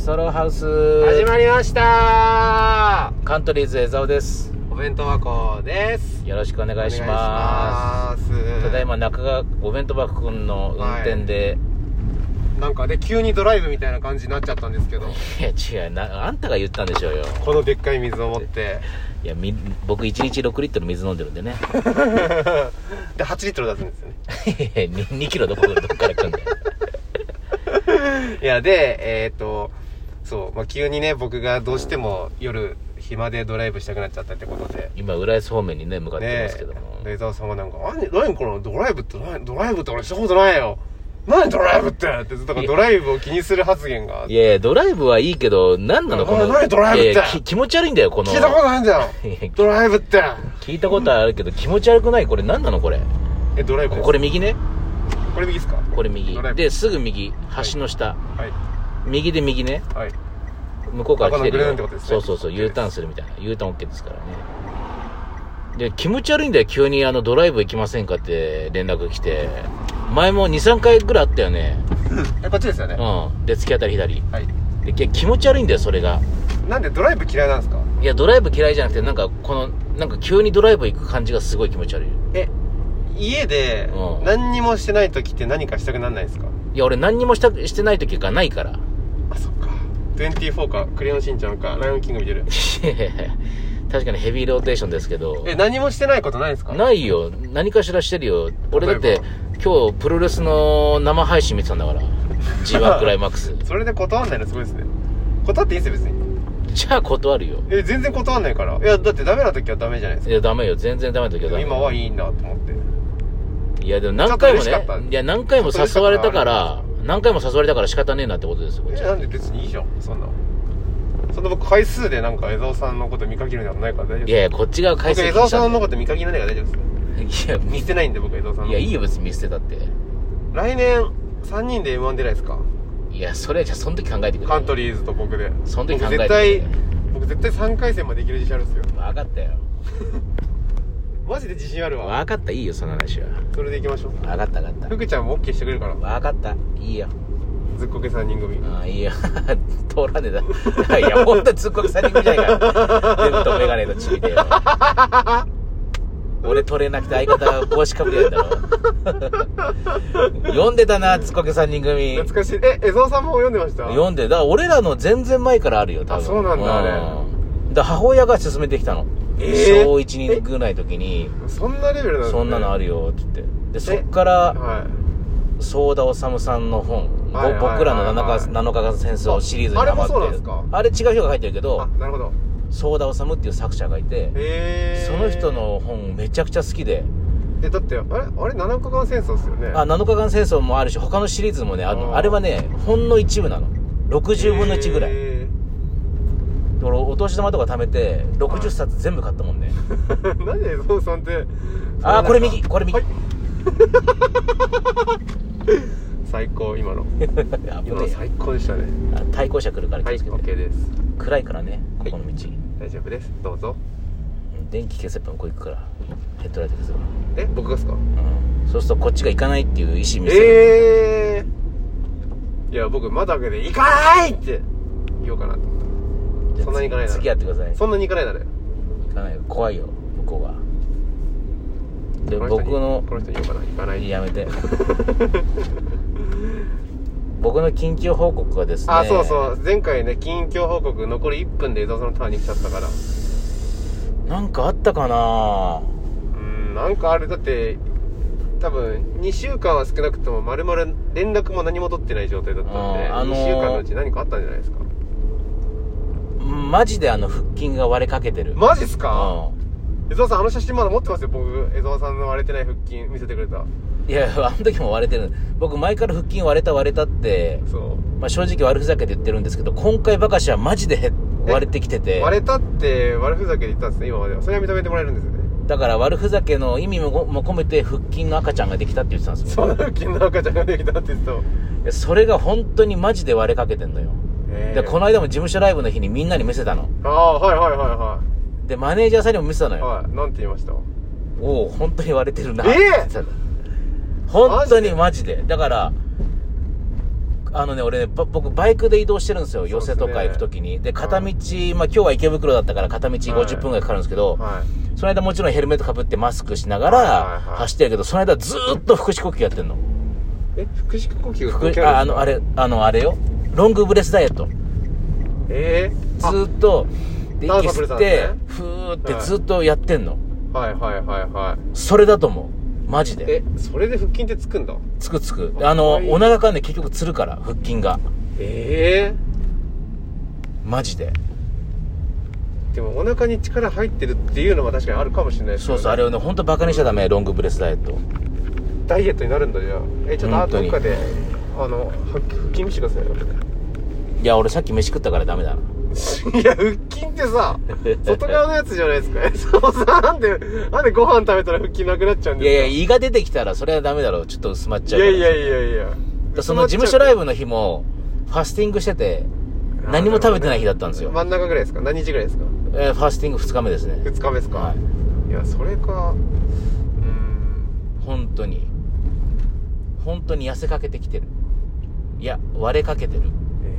ストローハウス始まりました。 カントリーズ江澤です。 お弁当箱です。 よろしくお願いします。ただいま中川お弁当箱くんの運転で、 なんかね急にドライブみたいな感じになっちゃったんですけど、 いや違うな、あんたが言ったんでしょうよ。 このでっかい水を持っていや僕1日6リットル水飲んでるんでねで8リットル出すんですよね 2キロどっから来るんだよいやでそう、急にね僕がどうしても夜暇でドライブしたくなっちゃったってことで、 今浦安方面にね向かってますけども、 江澤さんがなんか何このドライブって俺したことないよ、何ドライブってずっとドライブを気にする発言が。 いやドライブはいいけど何なのこの何ドライブって、 気持ち悪いんだよこの。 聞いたことないんだよドライブって聞いたことあるけど気持ち悪くない？これ何なのこれ。 ドライブです。 これ右ね、 これ右ですか？ これ右ですぐ右、橋の下、はい、右で右ね、はい、向こうから来てるよ、ね、そう U ターンするみたいな。 U ターン OK ですからね。で気持ち悪いんだよ急にドライブ行きませんかって連絡来て、前も 2,3 回ぐらいあったよねこっちですよね。 うんで突き当たり左、 はい、 で気持ち悪いんだよそれが。 なんでドライブ嫌いなんですか？ いやドライブ嫌いじゃなくてなんか急にドライブ行く感じがすごい気持ち悪い。 家で何にもしてない時って何かしたくなんないですか？ いや俺何にもしてない時がないから。 あ、そっか。24かクレヨンしんちゃんかライオンキング見てる確かにヘビーローテーションですけど。 何もしてないことないですか？ ないよ、何かしらしてるよ。俺だって今日プロレスの生配信見てたんだからG1 クライマックスそれで断んないのすごいですね。断っていいですよ別に。 じゃあ断るよ。 全然断んないから。いやだってダメな時はダメじゃないですか。 いやダメよ、全然ダメな時はダメ。 今はいいんだと思って。 いやでも何回もね、いや何回も誘われたから仕方ねえなってことですよ。 なんで別にいいじゃんそんな僕回数でなんか江澤さんのこと見かけるのはないから大丈夫です。 いやこっち側回数僕江澤さんのこと見かけないから大丈夫です。 いや見捨てないんで僕江澤さんの。 いやいいよ別に見捨てたって。 来年3人で M1 出ないですか？ いやそれじゃあその時考えてくれ。 カントリーズと僕で。 その時考えてくれ。 僕絶対3回戦までいける自信あるんですよ。 分かったよマジで自信あるわ。 分かった、いいよその話は。 それでいきましょう。 分かった福ちゃんも OK してくれるから。 分かった、いいよ。 ずっこけ3人組。 ああいいよ通らねえだいやほんとずっこけ3人組じゃないからデブとメガネとチビで俺取れなくて相方帽子かぶりやんだろ読んでたなずっこけ3人組。 懐かしい。江澤さんも読んでました？ 読んでだから俺らの全然前からあるよ多分。 あ、そうなんだ。あれだ母親が勧めてきたの。小1、2ぐらいの時にそんなレベルなんですね。 そんなのあるよって言って、でそっからソーダ治さんの本、僕らの7日間戦争シリーズにハマって。あれもそうなんですか？あれ違う人が書いてるけど、 なるほど。 ソーダ治っていう作者がいて、その人の本めちゃくちゃ好きで。 だってあれ7日間戦争ですよね。 7日間戦争もあるし他のシリーズもねあるの。あれはねほんの一部なの。60分の1ぐらい。俺お年玉とか貯めて60冊全部買ったもんねなんでゾウさんってこれ右、はい、 最高今の最高でしたね。 対向車来るから気をつけて。 はい、OK です。 暗いからねここの道、 大丈夫です。どうぞ。 電気消せば向こう行くからヘッドライト消せば。 僕がですか？ そうするとこっちが行かないっていう意思見せる。 いや僕窓開けて行かないって言おうかなと思った。そんなに行かないなら次やってください。 そんなに行かないなら行かないよ、怖いよ向こうが。でこの人に言おうかな、行かない。 やめて僕の近況報告がですね。 そうそう前回ね近況報告残り1分で江澤さんのターンに来ちゃったから。 なんかあったかな。 なんかあれだって多分2週間は少なくとも丸々連絡も何も取ってない状態だったんで、2週間のうち何かあったんじゃないですか？ マジで腹筋が割れかけてる。 マジっすか？江澤さん写真まだ持ってますよ。僕江澤さんの割れてない腹筋見せてくれた。 いやあの時も割れてる。僕前から腹筋割れたってそう、正直悪ふざけで言ってるんですけど、今回ばかしはマジで割れてきてて。 割れたって悪ふざけで言ったんですね今までは。それは認めてもらえるんですよね。 だから悪ふざけの意味も込めて腹筋の赤ちゃんができたって言ってたんですよ。 そう腹筋の赤ちゃんができたって言ってた。 それが本当にマジで割れかけてんのよ。でこの間も事務所ライブの日にみんなに見せたの。 はいでマネージャーさんにも見せたのよ。 なんて言いました？ おお本当に割れてるなって言ってた。本当にマジで。だから俺ね、僕バイクで移動してるんですよ。寄せとか行くときに。で、片道、まあ今日は池袋だったから片道50分ぐらいかかるんですけど、その間もちろんヘルメット被ってマスクしながら走ってるけど、その間ずーっと腹式呼吸やってんの。 腹式呼吸が関係あるんですか？ あれよ。ロングブレスダイエット。ずーっと、で息吸って、ふーってずっとやってんの。それだと思う。マジで。 それで腹筋ってつくんだ？ つく。お腹がね、結局つるから、腹筋が。マジで。 でもお腹に力入ってるっていうのは確かにあるかもしれないですね。 そう、あれをね、ほんとバカにしちゃダメ、ロングブレスダイエット。 ダイエットになるんだじゃあ。ちょっとどっかで、腹筋見してくださいよ。 いや、俺さっき飯食ったからダメだな。 いや、腹筋ってさ、外側のやつじゃないですか。そうさ、なんでご飯食べたら腹筋なくなっちゃうんですか？ いや、胃が出てきたらそれはダメだろう。ちょっと薄まっちゃうから。 いや。 その事務所ライブの日も、ファスティングしてて、何も食べてない日だったんですよ。 真ん中ぐらいですか？何日ぐらいですか？ ファスティング2日目ですね。 2日目ですか？いや、それか、 本当に痩せかけてきてる。いや、割れかけてる。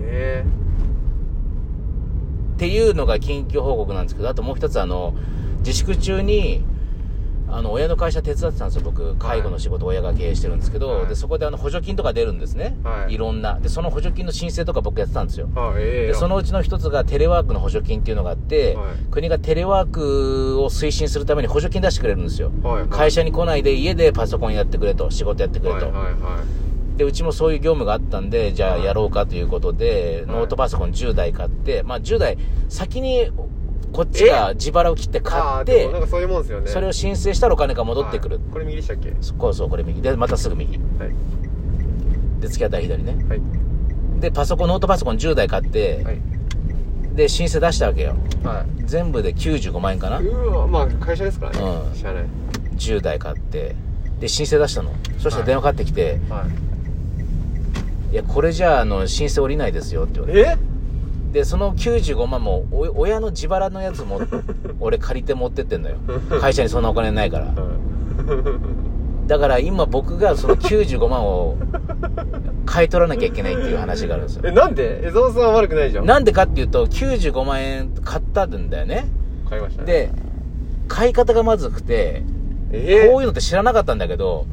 っていうのが緊急報告なんですけど、あともう一つ自粛中に親の会社手伝ってたんですよ。僕介護の仕事、親が経営してるんですけど、でそこで補助金とか出るんですね、いろんな。でその補助金の申請とか僕やってたんですよ。でそのうちの一つがテレワークの補助金っていうのがあって、国がテレワークを推進するために補助金出してくれるんですよ。会社に来ないで家でパソコンやってくれと、仕事やってくれと。でうちもそういう業務があったんで、じゃあやろうかということで、ノートパソコン10台買って、まあ10台先にこっちが自腹を切って買って、 なんかそういうもんですよね。 それを申請したらお金が戻ってくる。 これ右でしたっけ？ そう、これ右で、またすぐ右、で突き当たり左ね、でノートパソコン10台買って、で申請出したわけよ、全部で95万円かな。 まあ会社ですからね、知らない。 10台買ってで申請出したの。そしたら電話かかってきて、いやこれじゃあ申請降りないですよって言われて。でその95万も親の自腹のやつも俺借りて持ってってんのよ。会社にそんなお金ないから。だから今僕がその95万を買い取らなきゃいけないっていう話があるんですよ。 なんで？江澤さんは悪くないじゃん。 なんでかっていうと、95万円買ったんだよね。 買いましたね。 で買い方がまずくて、こういうのって知らなかったんだけど、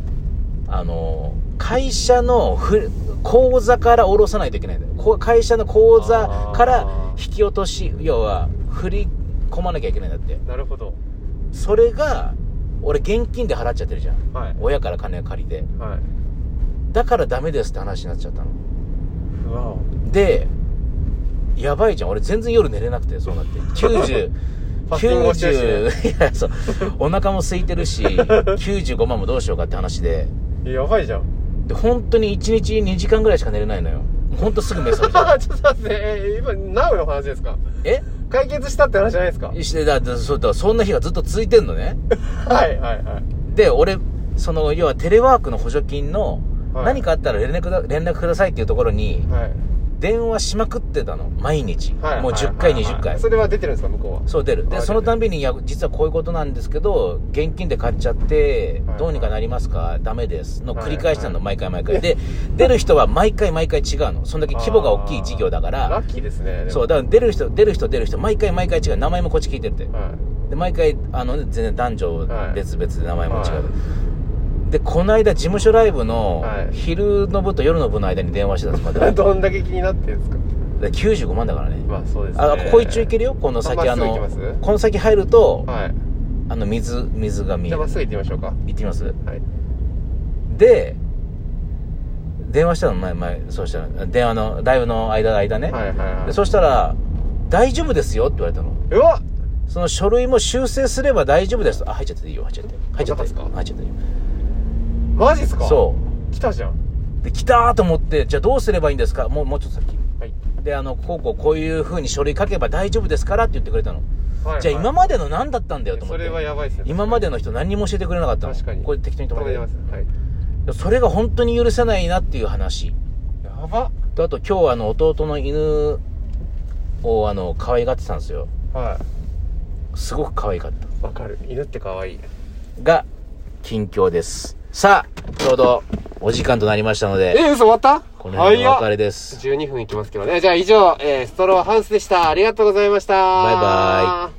会社の口座から下ろさないといけないんだよ。会社の口座から引き落とし、要は振り込まなきゃいけないんだって。 なるほど。 それが俺現金で払っちゃってるじゃん、親から金を借りて、だからダメですって話になっちゃったの。でやばいじゃん、俺全然夜寝れなくて、そうなって90いや、そうお腹も空いてるし95万もどうしようかって話で、 やばいじゃん。で本当に1日2時間ぐらいしか寝れないのよ。本当すぐ目覚めちゃう。 ちょっと待って、今何の話ですか？解決したって話じゃないですか？ そんな日がずっと続いてんのね。で俺要はテレワークの補助金の、何かあったら連絡くださいっていうところに、電話しまくってたの、毎日。もう10回20回。 それは出てるんですか、向こうは？ そう、出る。でそのたんびに、いや実はこういうことなんですけど現金で買っちゃって、どうにかなりますか？ダメですの繰り返したの、毎回で出る人は毎回違うの。そんだけ規模が大きい事業だから。 ラッキーですね。 そうだから出る人毎回違う。名前もこっち聞いてるって、で毎回全然男女別々で名前も違う、でこの間事務所ライブの昼の部と夜の部の間に電話してたんです。 どんだけ気になってるんですか ？95万だからね。 まあそうですね。 ここ一応行けるよ、この先。この先入ると、水が見える。 じゃあまっすぐ行ってみましょうか。 行ってみます。で電話したの前、そうしたら電話のライブの間ね、でそしたら大丈夫ですよって言われたの。その書類も修正すれば大丈夫ですと。入っちゃっていいよ。入っちゃっていいよ。 マジっすか？ そう来たじゃん。 で来たと思って、じゃあどうすればいいんですか？もうちょっと先。でこういう風に書類書けば大丈夫ですからって言ってくれたの。じゃあ今までの何だったんだよと思って。 それはやばいですね。 今までの人何も教えてくれなかったの。 確かに。 これ適当に止めてます。 それが本当に許せないなっていう話。 やば。 とあと今日弟の犬を可愛がってたんですよ。すごく可愛かった。 わかる。犬って可愛い。 が近況です。さあちょうどお時間となりましたので。 嘘終わった？ この辺のお別れです。 12分いきますけどね。じゃあ以上、ストローハウスでした。ありがとうございました。 バイバイ。